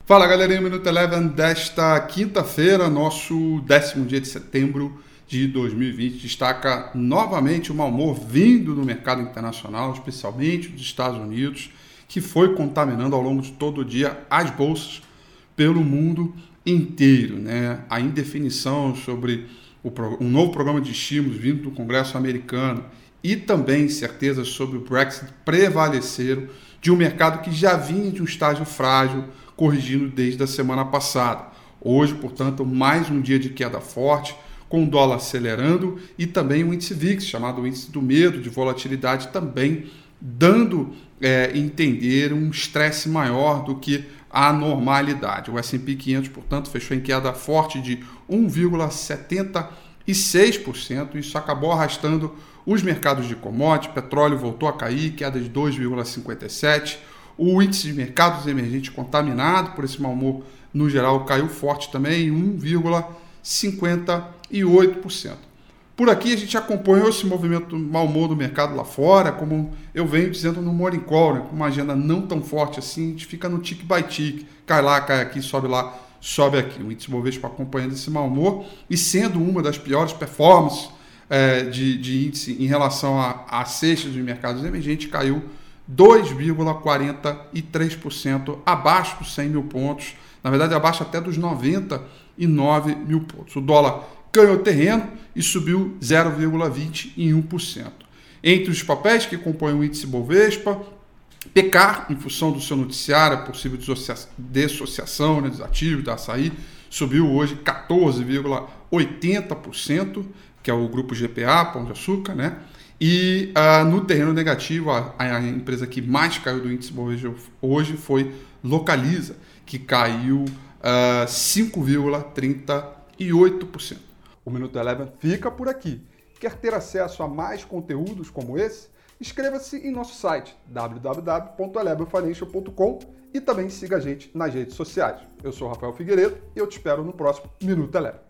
Fala galerinha, Minuto Eleven desta quinta-feira, nosso 10º dia de setembro de 2020. Destaca novamente o mau humor vindo do mercado internacional, especialmente dos Estados Unidos, que foi contaminando ao longo de todo o dia as bolsas pelo mundo inteiro, né? A indefinição sobre um novo programa de estímulos vindo do Congresso americano e também incertezas sobre o Brexit prevaleceram de um mercado que já vinha de um estágio frágil, corrigindo desde a semana passada. Hoje, portanto, mais um dia de queda forte, com o dólar acelerando e também o índice VIX, chamado índice do medo, de volatilidade, também dando entender um estresse maior do que a normalidade. O S&P 500, portanto, fechou em queda forte de 1,76%. Isso acabou arrastando os mercados de commodities. Petróleo voltou a cair, queda de 2,57%. O índice de mercados emergentes contaminado por esse mau humor, no geral, caiu forte também, em 1,58%. Por aqui a gente acompanhou esse movimento do mau humor do mercado lá fora, como eu venho dizendo no Morning Call, né? Com uma agenda não tão forte assim, a gente fica no tick by tick, cai lá, cai aqui, sobe lá, sobe aqui. O índice Bovespa acompanhando esse mau humor e sendo uma das piores performances de índice em relação à cesta de mercados emergentes, caiu 2,43% abaixo dos 100 mil pontos, na verdade abaixo até dos 99 mil pontos. O dólar ganhou terreno e subiu 0,21%. Entre os papéis que compõem o índice Bovespa, Pecar, em função do seu noticiário, a possível dissociação, né, dos ativos da Açaí, subiu hoje 14,80%, que é o grupo GPA, Pão de Açúcar, né? E no terreno negativo, a empresa que mais caiu do índice Bovespa hoje foi Localiza, que caiu 5,38%. O Minuto Eleven fica por aqui. Quer ter acesso a mais conteúdos como esse? Inscreva-se em nosso site www.elevenfinancial.com e também siga a gente nas redes sociais. Eu sou Rafael Figueiredo e eu te espero no próximo Minuto Eleven.